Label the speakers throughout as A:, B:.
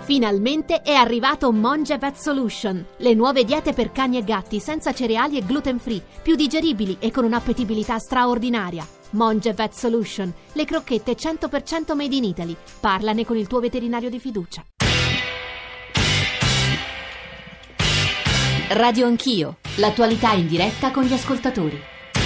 A: Finalmente è arrivato Monge Vet Solution, le nuove diete per cani e gatti senza cereali e gluten free, più digeribili e con un'appetibilità straordinaria. Monge Vet Solution, le crocchette 100% made in Italy. Parlane con il tuo veterinario di fiducia. Radio Anch'io, l'attualità in diretta con gli ascoltatori.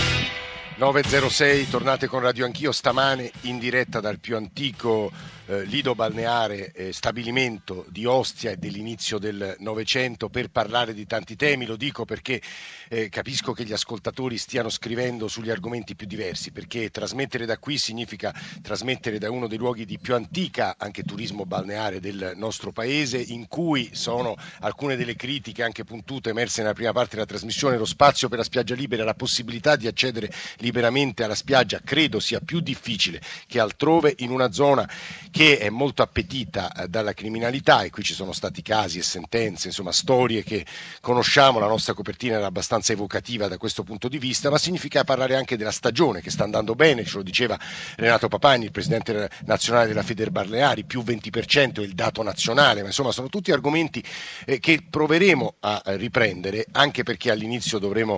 B: 9.06, tornate con Radio Anch'io, stamane in diretta dal più antico lido balneare stabilimento di Ostia e dell'inizio del Novecento per parlare di tanti temi. Lo dico perché capisco che gli ascoltatori stiano scrivendo sugli argomenti più diversi, perché trasmettere da qui significa trasmettere da uno dei luoghi di più antica anche turismo balneare del nostro paese, in cui sono alcune delle critiche anche puntute emerse nella prima parte della trasmissione. Lo spazio per la spiaggia libera, la possibilità di accedere liberamente alla spiaggia credo sia più difficile che altrove, in una zona che è molto appetita dalla criminalità, e qui ci sono stati casi e sentenze, insomma storie che conosciamo. La nostra copertina era abbastanza evocativa da questo punto di vista, ma significa parlare anche della stagione che sta andando bene, ce lo diceva Renato Papagni, il presidente nazionale della Federbalneari, più 20% è il dato nazionale, ma insomma sono tutti argomenti che proveremo a riprendere, anche perché all'inizio dovremo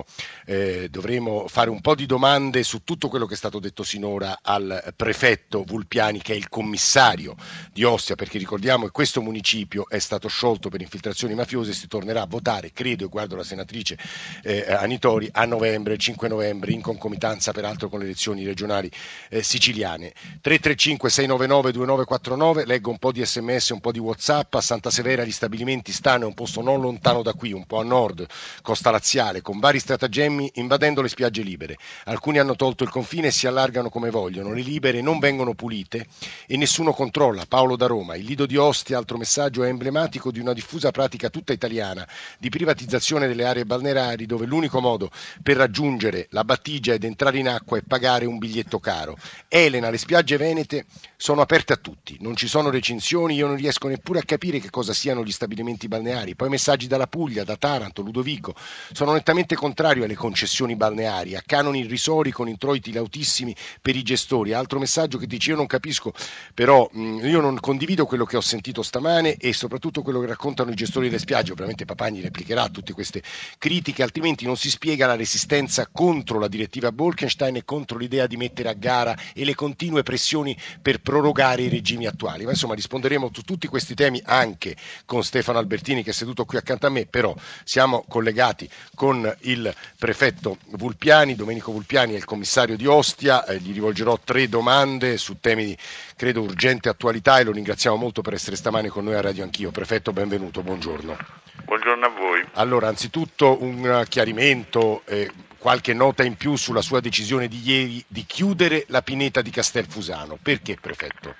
B: fare un po' di domande su tutto quello che è stato detto sinora al prefetto Vulpiani, che è il commissario di Ostia, perché ricordiamo che questo municipio è stato sciolto per infiltrazioni mafiose e si tornerà a votare, credo, e guardo la senatrice Anitori, a novembre, il 5 novembre, in concomitanza peraltro con le elezioni regionali siciliane. 335 699 2949, leggo un po' di sms, un po' di WhatsApp. A Santa Severa gli stabilimenti stanno, è un posto non lontano da qui, un po' a nord, costa laziale, con vari stratagemmi invadendo le spiagge libere. Alcuni hanno tolto il confine e si allargano come vogliono, le libere non vengono pulite e nessuno controlla. Paolo da Roma. Il lido di Ostia, altro messaggio, è emblematico di una diffusa pratica tutta italiana di privatizzazione delle aree balneari, dove l'unico modo per raggiungere la battigia ed entrare in acqua è pagare un biglietto caro. Elena, le spiagge venete sono aperte a tutti, non ci sono recinzioni, io non riesco neppure a capire che cosa siano gli stabilimenti balneari. Poi messaggi dalla Puglia, da Taranto, Ludovico, sono nettamente contrario alle concessioni balneari, a canoni irrisori con introiti lautissimi per i gestori. Altro messaggio che dice: io non capisco, però io non condivido quello che ho sentito stamane e soprattutto quello che raccontano i gestori delle spiagge. Ovviamente Papagni replicherà a tutte queste critiche, altrimenti non si spiega la resistenza contro la direttiva Bolkestein e contro l'idea di mettere a gara e le continue pressioni per prorogare i regimi attuali. Ma insomma risponderemo su tutti questi temi anche con Stefano Albertini, che è seduto qui accanto a me, però siamo collegati con il prefetto Vulpiani. Domenico Vulpiani è il commissario di Ostia, gli rivolgerò 3 domande su temi di, credo, urgente attualità, e lo ringraziamo molto per essere stamane con noi a Radio Anch'io. Prefetto, benvenuto, buongiorno.
C: Buongiorno a voi.
B: Allora, anzitutto un chiarimento, qualche nota in più sulla sua decisione di ieri di chiudere la pineta di Castelfusano. Perché, prefetto?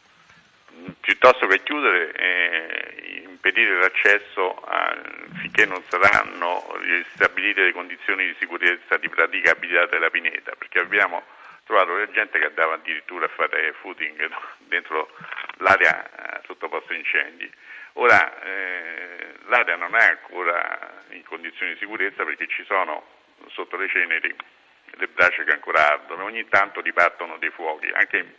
C: Piuttosto che chiudere, impedire l'accesso finché non saranno stabilite le condizioni di sicurezza di praticabilità della pineta, perché abbiamo trovato la gente che andava addirittura a fare footing dentro l'area sottoposta a incendi. Ora l'area non è ancora in condizioni di sicurezza, perché ci sono sotto le ceneri le brace che ancora ardono, ogni tanto dipartono dei fuochi, anche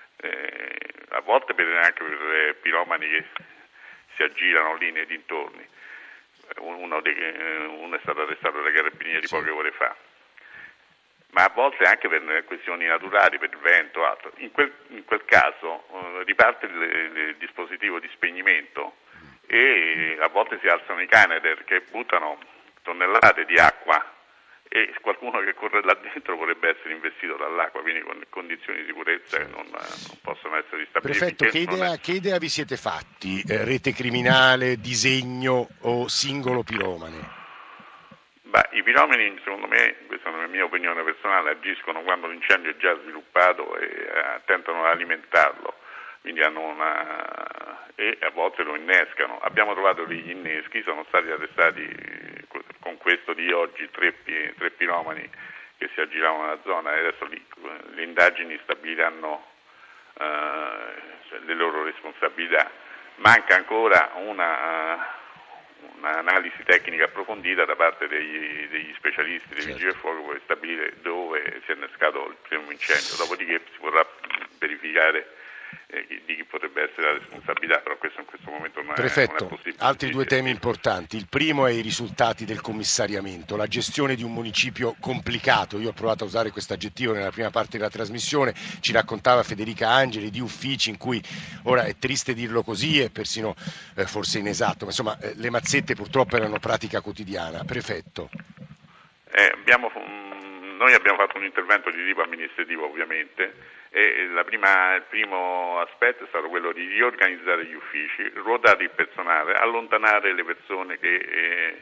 C: a volte anche per piromani che si aggirano lì nei dintorni. Uno è stato arrestato dai carabinieri poche ore fa. Ma a volte anche per questioni naturali, per il vento o altro. In quel caso riparte il dispositivo di spegnimento e a volte si alzano i Canadair che buttano tonnellate di acqua, e qualcuno che corre là dentro potrebbe essere investito dall'acqua, quindi con condizioni di sicurezza che non possono essere stabilite.
B: Prefetto, che idea vi siete fatti? Rete criminale, disegno o singolo piromane?
C: I piromani, secondo me, questa è una mia opinione personale, agiscono quando l'incendio è già sviluppato e tentano di alimentarlo, quindi e a volte lo innescano. Abbiamo trovato degli inneschi, sono stati arrestati con questo di oggi 3 piromani che si aggiravano nella zona, e adesso le indagini stabiliranno le loro responsabilità. Manca ancora un'analisi tecnica approfondita da parte degli specialisti dei vigili del fuoco per stabilire dove si è innescato il primo incendio, dopodiché si potrà verificare di chi potrebbe essere la responsabilità, però questo in questo momento non
B: Prefetto,
C: è possibile.
B: altri due temi importanti. Il primo è i risultati del commissariamento, la gestione di un municipio complicato. Io ho provato a usare questo aggettivo nella prima parte della trasmissione, ci raccontava Federica Angeli di uffici in cui, ora è triste dirlo così, è persino forse inesatto, ma insomma le mazzette purtroppo erano pratica quotidiana. Prefetto.
C: Noi abbiamo fatto un intervento di tipo amministrativo ovviamente e il primo aspetto è stato quello di riorganizzare gli uffici, ruotare il personale, allontanare le persone che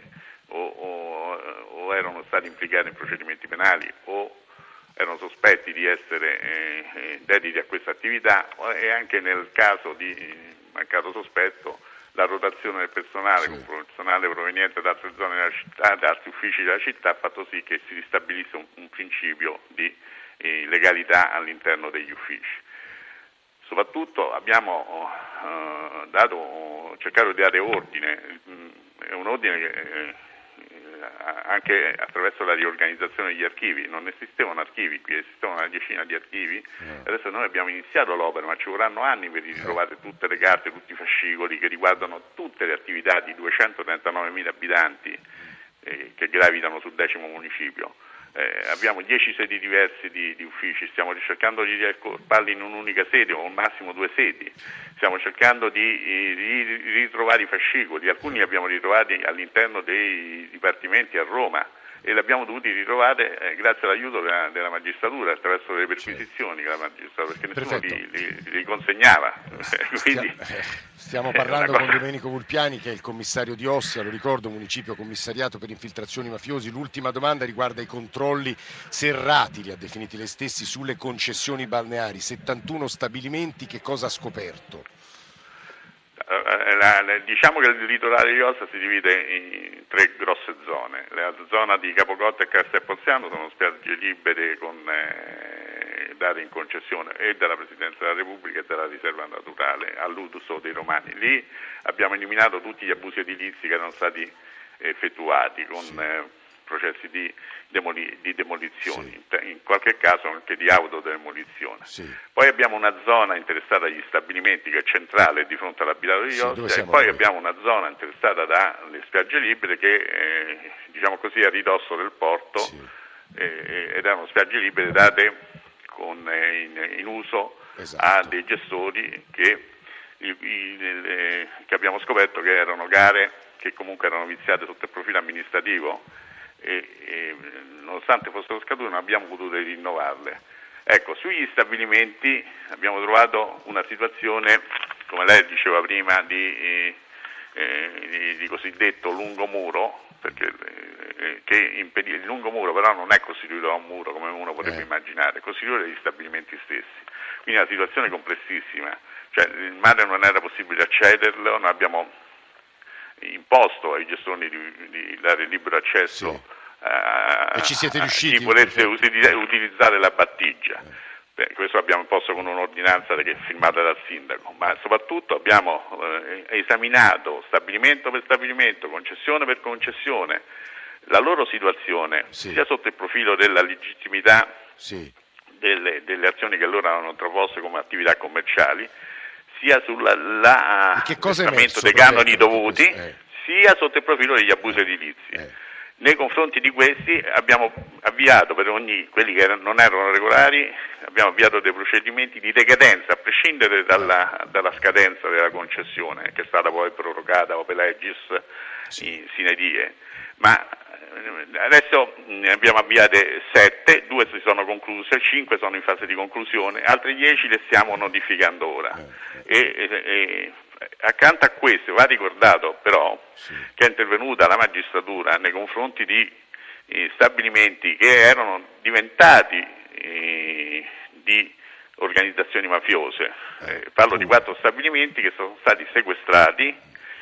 C: o erano stati implicati in procedimenti penali o erano sospetti di essere dediti a questa attività, e anche nel caso di mancato sospetto la rotazione del personale, con personale proveniente da altre zone della città, da altri uffici della città, ha fatto sì che si ristabilisse un principio di legalità all'interno degli uffici. Soprattutto abbiamo cercato di dare ordine, un ordine che anche attraverso la riorganizzazione degli archivi. Non esistevano archivi, qui esistevano una decina di archivi, adesso noi abbiamo iniziato l'opera, ma ci vorranno anni per ritrovare tutte le carte, tutti i fascicoli che riguardano tutte le attività di 239.000 abitanti che gravitano sul 10° municipio. Abbiamo 10 sedi diverse di uffici, stiamo cercando di raccorparli in un'unica sede o al massimo 2 sedi, stiamo cercando di ritrovare i fascicoli, alcuni li abbiamo ritrovati all'interno dei dipartimenti a Roma e li abbiamo dovuti ritrovare grazie all'aiuto della magistratura, attraverso le perquisizioni che la magistratura, perché nessuno li consegnava. Quindi,
B: stiamo parlando con Domenico Vulpiani, che è il commissario di Ostia, lo ricordo, municipio commissariato per infiltrazioni mafiosi. L'ultima domanda riguarda i controlli serrati, li ha definiti lei stessi, sulle concessioni balneari, 71 stabilimenti, che cosa ha scoperto?
C: Diciamo che il litorale di Ostia si divide in 3 grosse zone. La zona di Capocotta e Castelpoziano sono spiagge libere date in concessione e dalla Presidenza della Repubblica e dalla riserva naturale all'uso dei romani. Lì abbiamo eliminato tutti gli abusi edilizi che erano stati effettuati con processi di demolizioni, in qualche caso anche di autodemolizione. Poi abbiamo una zona interessata agli stabilimenti che è centrale di fronte all'abitato di Ostia, e poi abbiamo una zona interessata dalle spiagge libere che diciamo così è a ridosso del porto ed erano spiagge libere date in uso a dei gestori che abbiamo scoperto che erano gare che comunque erano viziate sotto il profilo amministrativo e nonostante fossero scadute non abbiamo potuto rinnovarle. Ecco, sugli stabilimenti abbiamo trovato una situazione, come lei diceva prima, di cosiddetto lungomuro, perché il lungomuro però non è costituito da un muro come uno potrebbe immaginare, è costituito dagli stabilimenti stessi, quindi è una situazione complessissima, cioè il mare non era possibile accederlo, noi abbiamo imposto ai gestori di dare libero accesso
B: e ci siete riusciti,
C: chi volesse utilizzare la battigia. Questo l'abbiamo imposto con un'ordinanza che è firmata dal sindaco, ma soprattutto abbiamo esaminato stabilimento per stabilimento, concessione per concessione, la loro situazione, sia sotto il profilo della legittimità delle azioni che loro hanno intraposto come attività commerciali, sia sull'aspettamento dei canoni dovuti, sia sotto il profilo degli abusi edilizi. Nei confronti di questi abbiamo avviato, per quelli che non erano regolari, abbiamo avviato dei procedimenti di decadenza, a prescindere dalla scadenza della concessione, che è stata poi prorogata ope legis sine die. Ma adesso ne abbiamo avviate 7, 2 si sono concluse, 5 sono in fase di conclusione, altre 10 le stiamo notificando ora. Accanto a questo va ricordato però che è intervenuta la magistratura nei confronti di stabilimenti che erano diventati di organizzazioni mafiose. Parlo di 4 stabilimenti che sono stati sequestrati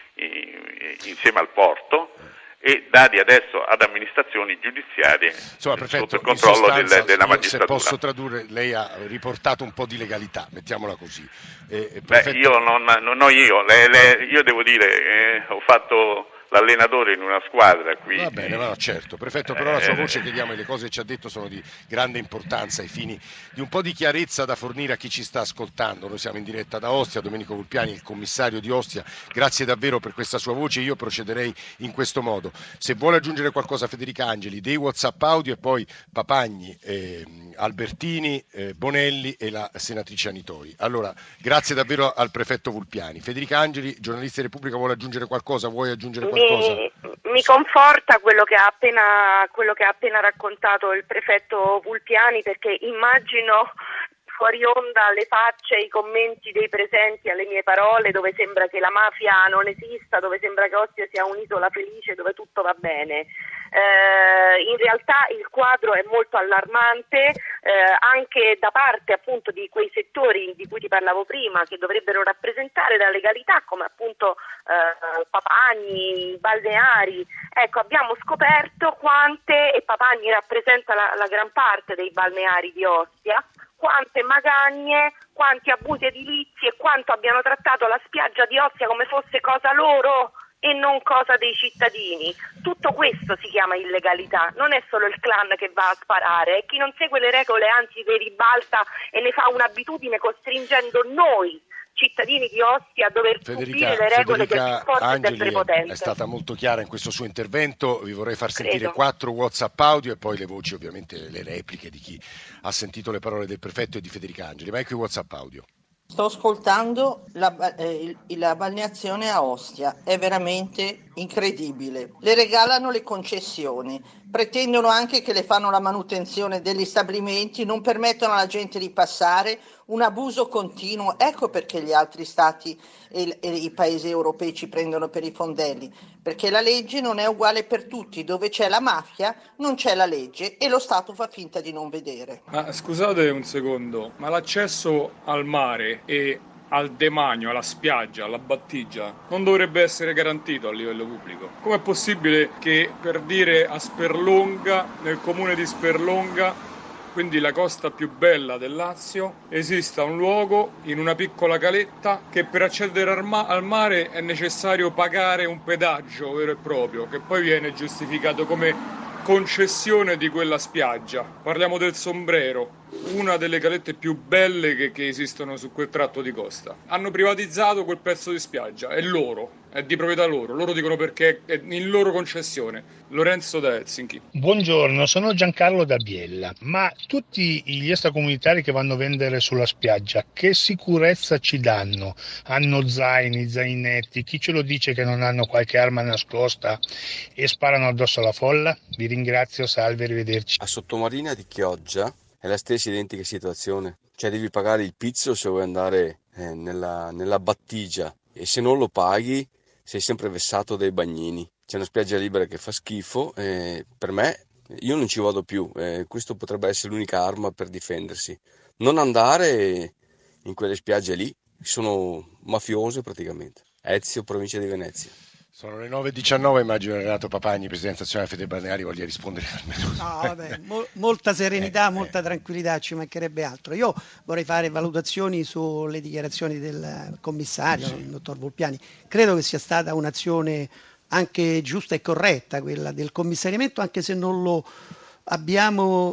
C: insieme al porto e dati adesso ad amministrazioni giudiziarie sotto il controllo della magistratura.
B: Se posso tradurre, lei ha riportato un po' di legalità, mettiamola così.
C: Io devo dire, ho fatto l'allenatore in una squadra. Quindi,
B: va bene, no, certo, prefetto, però la sua voce, chiediamo, le cose che ci ha detto sono di grande importanza ai fini di un po' di chiarezza da fornire a chi ci sta ascoltando. Noi siamo in diretta da Ostia, Domenico Vulpiani, il commissario di Ostia, grazie davvero per questa sua voce. Io procederei in questo modo: se vuole aggiungere qualcosa Federica Angeli, dei WhatsApp audio, e poi Papagni, Albertini, Bonelli e la senatrice Anitori. Allora, grazie davvero al prefetto Vulpiani. Federica Angeli, giornalista di Repubblica, vuole aggiungere qualcosa? Vuoi aggiungere qualcosa?
D: Mi conforta quello che ha appena raccontato il prefetto Vulpiani, perché immagino fuori onda le facce e i commenti dei presenti alle mie parole, dove sembra che la mafia non esista, dove sembra che Ostia sia un'isola felice dove tutto va bene. In realtà il quadro è molto allarmante, anche da parte appunto di quei settori di cui ti parlavo prima, che dovrebbero rappresentare la legalità, come appunto Papagni, balneari. Ecco, abbiamo scoperto quante, e Papagni rappresenta la gran parte dei balneari di Ostia, quante magagne, quanti abusi edilizi e quanto abbiano trattato la spiaggia di Ostia come fosse cosa loro e non cosa dei cittadini. Tutto questo si chiama illegalità, non è solo il clan che va a sparare, è chi non segue le regole, anzi le ribalta e ne fa un'abitudine, costringendo noi cittadini di Ostia a dover subire le regole del più forte e del prepotente.
B: È stata molto chiara in questo suo intervento. Vi vorrei far sentire 4 WhatsApp audio e poi le voci, ovviamente le repliche di chi ha sentito le parole del prefetto e di Federica Angeli. Vai qui WhatsApp audio.
E: Sto ascoltando la balneazione a Ostia, è veramente incredibile. Le regalano le concessioni, pretendono anche che le fanno la manutenzione degli stabilimenti, non permettono alla gente di passare, un abuso continuo. Ecco perché gli altri stati e i paesi europei ci prendono per i fondelli, perché la legge non è uguale per tutti, dove c'è la mafia non c'è la legge e lo Stato fa finta di non vedere.
F: Ma scusate un secondo, ma l'accesso al mare e al demanio, alla spiaggia, alla battigia non dovrebbe essere garantito a livello pubblico? Com'è possibile che, per dire, a Sperlonga, nel comune di Sperlonga, quindi la costa più bella del Lazio, esista un luogo in una piccola caletta che per accedere al mare è necessario pagare un pedaggio vero e proprio, che poi viene giustificato come concessione di quella spiaggia? Parliamo del Sombrero, una delle calette più belle che esistono su quel tratto di costa. Hanno privatizzato quel pezzo di spiaggia, è loro, è di proprietà loro dicono perché è in loro concessione. Lorenzo da Helsinki.
G: Buongiorno, sono Giancarlo da Biella, ma tutti gli extracomunitari che vanno a vendere sulla spiaggia, che sicurezza ci danno? Hanno zaini, zainetti, chi ce lo dice che non hanno qualche arma nascosta e sparano addosso alla folla? Vi ringrazio, salve, arrivederci.
H: A Sottomarina di Chioggia è la stessa identica situazione, cioè devi pagare il pizzo se vuoi andare nella battigia e se non lo paghi sei sempre vessato dai bagnini. C'è una spiaggia libera che fa schifo, per me io non ci vado più, questo potrebbe essere l'unica arma per difendersi. Non andare in quelle spiagge lì, sono mafiose praticamente. Ezio, provincia di Venezia.
B: Sono le 9.19, immagino Renato Papagni, Presidente nazionale Federbalneari, voglia rispondere almeno.
I: No, vabbè, molta serenità, molta tranquillità, ci mancherebbe altro. Io vorrei fare valutazioni sulle dichiarazioni del commissario, il dottor Vulpiani. Credo che sia stata un'azione anche giusta e corretta, quella del commissariamento, anche se non lo abbiamo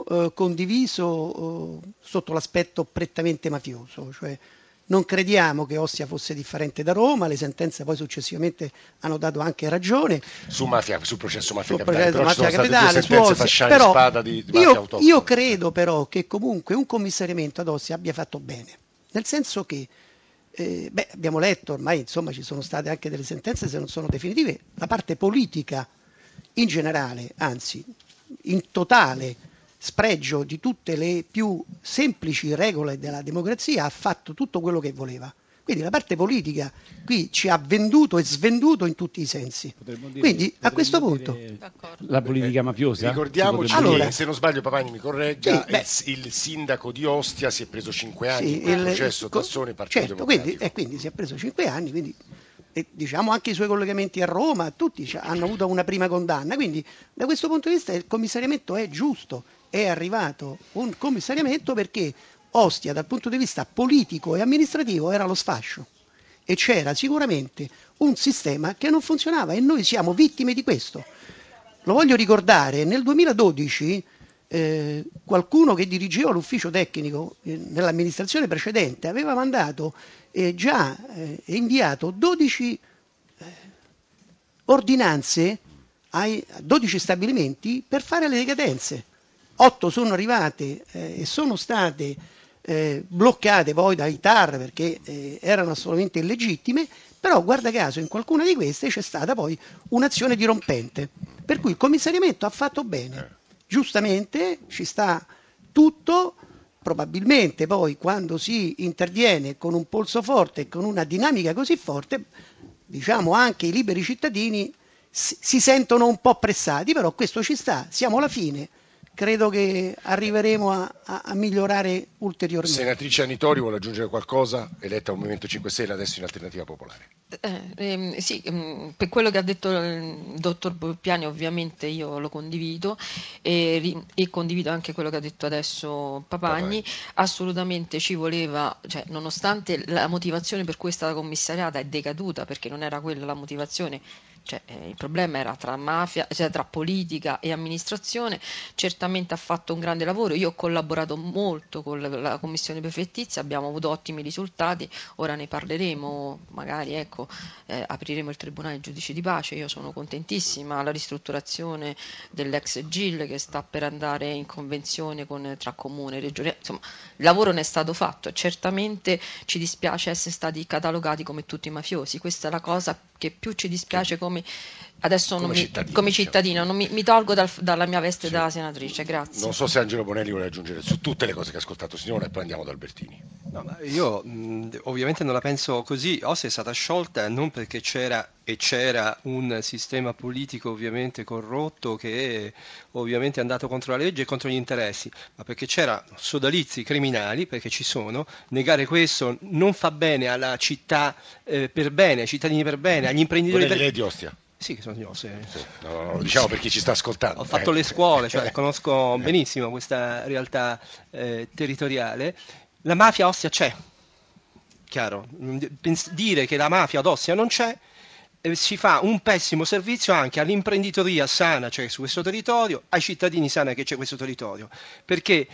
I: condiviso sotto l'aspetto prettamente mafioso, cioè non crediamo che Ostia fosse differente da Roma, le sentenze poi successivamente hanno dato anche ragione.
B: Sul processo mafia
I: capitale,
B: però
I: mafia
B: ci sono
I: capitale,
B: state 2 sentenze Fasciani e Spada di mafia autoctona.
I: Io credo però che comunque un commissariamento ad Ostia abbia fatto bene, nel senso che abbiamo letto ormai, insomma, ci sono state anche delle sentenze, se non sono definitive, la parte politica in generale, anzi in totale spregio di tutte le più semplici regole della democrazia, ha fatto tutto quello che voleva. Quindi la parte politica qui ci ha venduto e svenduto in tutti i sensi. Quindi a questo punto
J: la politica mafiosa.
B: Ricordiamoci che, se non sbaglio, Papagni mi corregga, il sindaco di Ostia si è preso 5 anni il processo Tassoni, Partito Democratico.
I: Quindi si è preso 5 anni, quindi diciamo anche i suoi collegamenti a Roma, tutti hanno avuto una prima condanna. Quindi da questo punto di vista il commissariamento è giusto. È arrivato un commissariamento perché Ostia dal punto di vista politico e amministrativo era lo sfascio e c'era sicuramente un sistema che non funzionava e noi siamo vittime di questo. Lo voglio ricordare, nel 2012 qualcuno che dirigeva l'ufficio tecnico nell'amministrazione precedente aveva mandato inviato 12 ordinanze ai 12 stabilimenti per fare le decadenze. 8 sono arrivate e sono state bloccate poi dai TAR perché erano assolutamente illegittime, però guarda caso in qualcuna di queste c'è stata poi un'azione dirompente, per cui il commissariamento ha fatto bene, giustamente ci sta tutto, probabilmente poi quando si interviene con un polso forte e con una dinamica così forte, diciamo anche i liberi cittadini si sentono un po' pressati, però questo ci sta, siamo alla fine. Credo che arriveremo a migliorare ulteriormente.
B: Senatrice Anitori vuole aggiungere qualcosa, eletta al Movimento 5 Stelle, adesso in Alternativa Popolare.
K: Sì, per quello che ha detto il dottor Bulpiani ovviamente io lo condivido e condivido anche quello che ha detto adesso Papagni. Assolutamente ci voleva, cioè, nonostante la motivazione per cui è stata commissariata è decaduta, perché non era quella la motivazione. Cioè, il problema era tra mafia, cioè tra politica e amministrazione. Certamente ha fatto un grande lavoro, io ho collaborato molto con la commissione prefettizia, abbiamo avuto ottimi risultati, ora ne parleremo, magari apriremo il tribunale giudici di pace, io sono contentissima, la ristrutturazione dell'ex GIL che sta per andare in convenzione tra comune e regione, insomma il lavoro ne è stato fatto, certamente ci dispiace essere stati catalogati come tutti mafiosi, questa è la cosa che più ci dispiace come cittadina, non mi tolgo dalla mia veste da senatrice, grazie.
B: Non so se Angelo Bonelli vuole aggiungere su tutte le cose che ha ascoltato sinora e poi andiamo da Albertini.
L: No, ma io ovviamente non la penso così. Ostia è stata sciolta non perché c'era un sistema politico ovviamente corrotto che ovviamente è andato contro la legge e contro gli interessi, ma perché c'era sodalizi criminali, perché ci sono. Negare questo non fa bene alla città per bene, ai cittadini per bene, agli imprenditori
B: Bonelli, lei è di Ostia?
L: Sì, che sono di Ostia.
B: Sì. No, lo diciamo per chi ci sta ascoltando.
L: Ho fatto le scuole, cioè conosco benissimo questa realtà territoriale. La mafia a Ostia c'è, chiaro. Dire che la mafia ad Ostia non c'è si fa un pessimo servizio anche all'imprenditoria sana, cioè su questo territorio, ai cittadini sana che c'è questo territorio, perché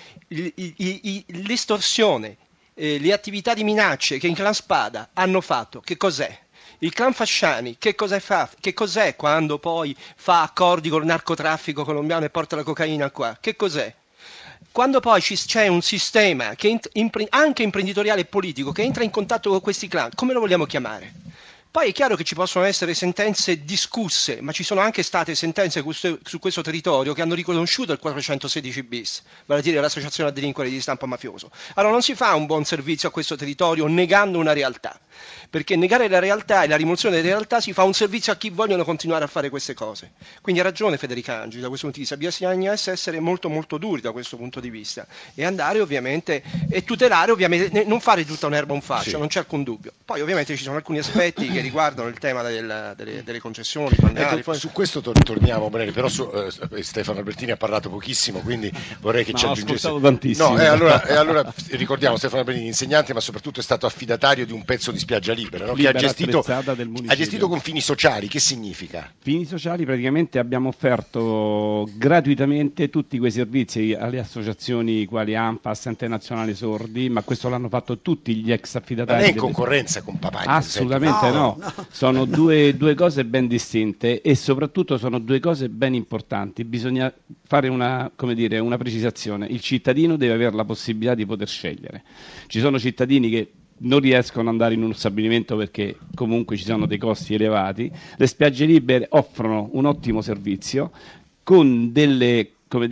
L: l'estorsione, le attività di minacce che in Clan Spada hanno fatto, che cos'è? Il clan Fasciani che cosa fa? Che cos'è quando poi fa accordi col narcotraffico colombiano e porta la cocaina qua? Che cos'è? Quando poi c'è un sistema che anche imprenditoriale e politico che entra in contatto con questi clan, come lo vogliamo chiamare? Poi è chiaro che ci possono essere sentenze discusse, ma ci sono anche state sentenze su questo territorio che hanno riconosciuto il 416 bis, vale a dire l'associazione a delinquere di stampo mafioso. Allora non si fa un buon servizio a questo territorio negando una realtà, perché negare la realtà e la rimozione delle realtà si fa un servizio a chi vogliono continuare a fare queste cose. Quindi ha ragione Federica Angi da questo punto di vista, bisogna essere molto molto duri da questo punto di vista e andare ovviamente e tutelare, ovviamente non fare tutta un'erba un fascio, sì. Non c'è alcun dubbio. Poi ovviamente ci sono alcuni aspetti che riguardano il tema delle concessioni
B: ecco, su questo torniamo Bonelli, però Stefano Albertini ha parlato pochissimo, quindi vorrei che ci aggiungesse
J: tantissimo.
B: Allora ricordiamo Stefano Albertini insegnante, ma soprattutto è stato affidatario di un pezzo di spiaggia libera, no? Che ha gestito con fini sociali. Che significa?
J: Fini sociali, praticamente abbiamo offerto gratuitamente tutti quei servizi alle associazioni quali ANPAS, Ente Nazionale Sordi, ma questo l'hanno fatto tutti gli ex affidatari.
B: Non è in concorrenza con Papagni?
J: Assolutamente no. Sono due cose ben distinte e soprattutto sono due cose ben importanti. Bisogna fare una precisazione. Il cittadino deve avere la possibilità di poter scegliere. Ci sono cittadini che non riescono ad andare in uno stabilimento perché comunque ci sono dei costi elevati. Le spiagge libere offrono un ottimo servizio con delle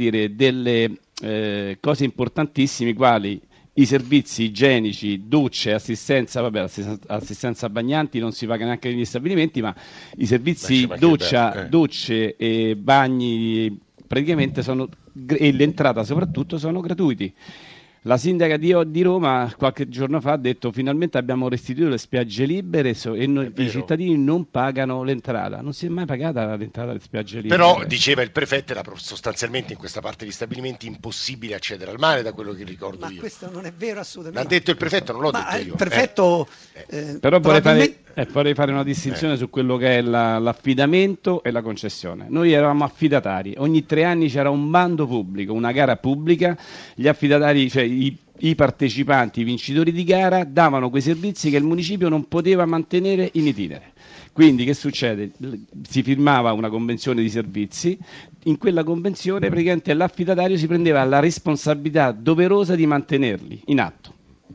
J: cose importantissime quali i servizi igienici, docce, assistenza bagnanti non si paga neanche negli stabilimenti, ma i servizi docce e bagni praticamente e l'entrata soprattutto sono gratuiti. La sindaca di Roma qualche giorno fa ha detto finalmente abbiamo restituito le spiagge libere e i cittadini non pagano l'entrata. Non si è mai pagata l'entrata alle spiagge libere.
B: Però, diceva il prefetto, era sostanzialmente in questa parte di stabilimenti impossibile accedere al mare, da quello che ricordo io.
I: Ma questo non è vero assolutamente.
B: L'ha detto il prefetto, non l'ho detto io.
I: Il prefetto...
J: Però vorrei fare una distinzione su quello che è l'affidamento e la concessione. Noi eravamo affidatari, ogni 3 anni c'era un bando pubblico, una gara pubblica, gli affidatari, cioè i partecipanti, i vincitori di gara davano quei servizi che il municipio non poteva mantenere in itinere. Quindi che succede? Si firmava una convenzione di servizi, in quella convenzione praticamente l'affidatario si prendeva la responsabilità doverosa di mantenerli in atto.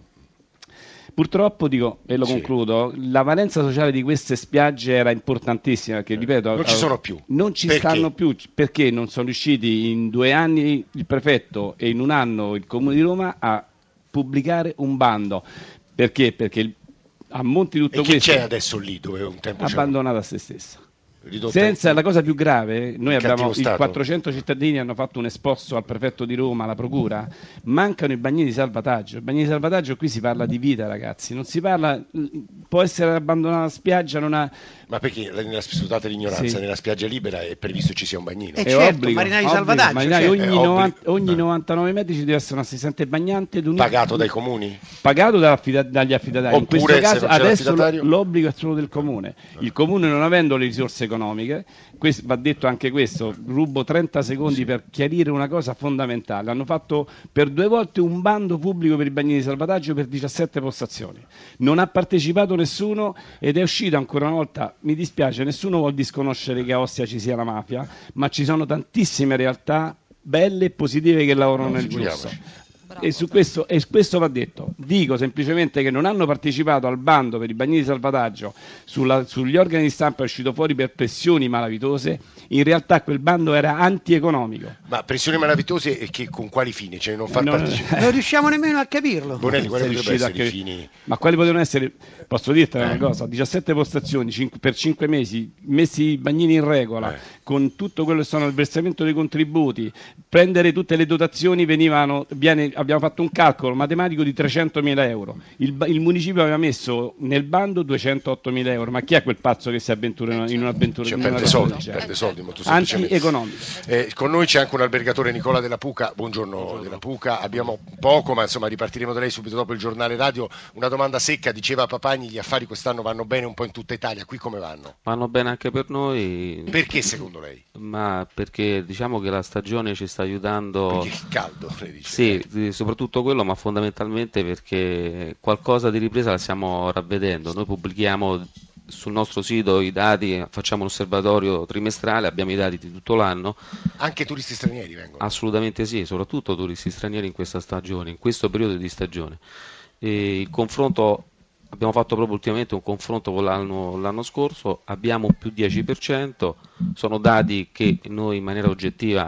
J: Purtroppo, dico, e lo concludo, la valenza sociale di queste spiagge era importantissima, perché ripeto...
B: Non ci sono più.
J: Non ci stanno più, perché non sono riusciti in 2 anni il prefetto e in 1 anno il Comune di Roma a pubblicare un bando. Perché? Perché a monte di tutto questo...
B: E che c'è adesso lì, dove un tempo c'era?
J: Abbandonata a se stessa. Senza la cosa più grave, noi abbiamo 400 cittadini hanno fatto un esposto al prefetto di Roma, alla procura, mancano i bagnini di salvataggio. I bagnini di salvataggio, qui si parla di vita, ragazzi, non si parla, può essere abbandonata la spiaggia, non ha...
B: Ma perché, scusate l'ignoranza, nella spiaggia libera è previsto ci sia un bagnino?
I: È certo, obbligo, marinai di salvataggio.
J: Marinai, ogni 99 metri ci deve essere un assistente bagnante.
B: Pagato dai comuni?
J: Pagato dagli affidatari.
B: Oppure,
J: in questo caso adesso l'obbligo è solo del comune. Il comune, non avendo le risorse economiche, va detto anche questo, rubo 30 secondi per chiarire una cosa fondamentale. Hanno fatto per 2 volte un bando pubblico per i bagnini di salvataggio per 17 postazioni. Non ha partecipato nessuno ed è uscito ancora una volta. Mi dispiace, nessuno vuol disconoscere che a Ostia ci sia la mafia, ma ci sono tantissime realtà belle e positive che lavorano nel giusto. E su questo va detto. Dico semplicemente che non hanno partecipato al bando per i bagnini di salvataggio, sugli organi di stampa è uscito fuori per pressioni malavitose. In realtà quel bando era antieconomico.
B: Ma pressioni malavitose e con quali fini? Cioè non partecipare?
I: Non riusciamo nemmeno a capirlo.
B: Bonelli, quali potrebbero essere i fini?
J: Ma quali potevano essere? Posso dirti una cosa, 17 postazioni per 5 mesi, messi i bagnini in regola, con tutto quello che sono il versamento dei contributi, prendere tutte le dotazioni abbiamo fatto un calcolo matematico di 300.000 euro. Il municipio aveva messo nel bando 208.000 euro. Ma chi è quel pazzo che si avventura in un'avventura?
B: Cioè, perde soldi molto semplicemente.
J: Antieconomico.
B: Con noi c'è anche un albergatore, Nicola Della Puca. Buongiorno Della Puca. Abbiamo poco, ma insomma ripartiremo da lei subito dopo il giornale radio. Una domanda secca, diceva Papagni, gli affari quest'anno vanno bene un po' in tutta Italia. Qui come vanno?
M: Vanno bene anche per noi.
B: Perché secondo lei?
M: Ma perché diciamo che la stagione ci sta aiutando.
B: Perché è caldo, lei dice.
M: Sì, soprattutto quello, ma fondamentalmente perché qualcosa di ripresa la stiamo ravvedendo. Noi pubblichiamo sul nostro sito i dati, facciamo un osservatorio trimestrale, abbiamo i dati di tutto l'anno.
B: Anche turisti stranieri vengono?
M: Assolutamente sì, soprattutto turisti stranieri in questa stagione, in questo periodo di stagione. E il confronto, abbiamo fatto proprio ultimamente un confronto con l'anno scorso, abbiamo un più 10%, sono dati che noi in maniera oggettiva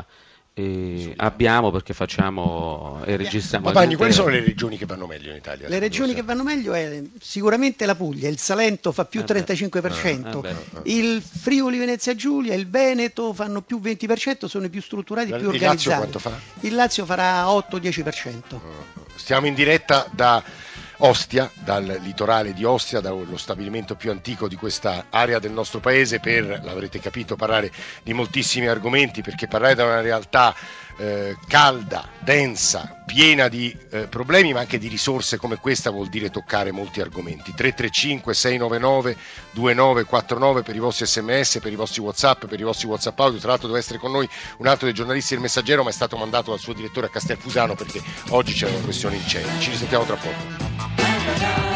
M: abbiamo, perché facciamo e registriamo.
B: Papagni, quali sono le regioni che vanno meglio in Italia?
I: Le regioni che vanno meglio è sicuramente la Puglia, il Salento fa più 35%, il Friuli Venezia Giulia, il Veneto fanno più 20%, sono i più strutturati, più organizzati.
B: Il Lazio quanto fa?
I: Il Lazio farà 8-10%.
B: Stiamo in diretta da Ostia, dal litorale di Ostia, dallo stabilimento più antico di questa area del nostro paese, per, l'avrete capito, parlare di moltissimi argomenti, perché parlare da una realtà calda, densa, piena di problemi ma anche di risorse come questa vuol dire toccare molti argomenti. 335 699 2949 per i vostri sms, per i vostri WhatsApp, per i vostri WhatsApp audio. Tra l'altro deve essere con noi un altro dei giornalisti del Messaggero, ma è stato mandato dal suo direttore a Castelfusano perché oggi c'è una questione incendi. Ci risentiamo tra poco.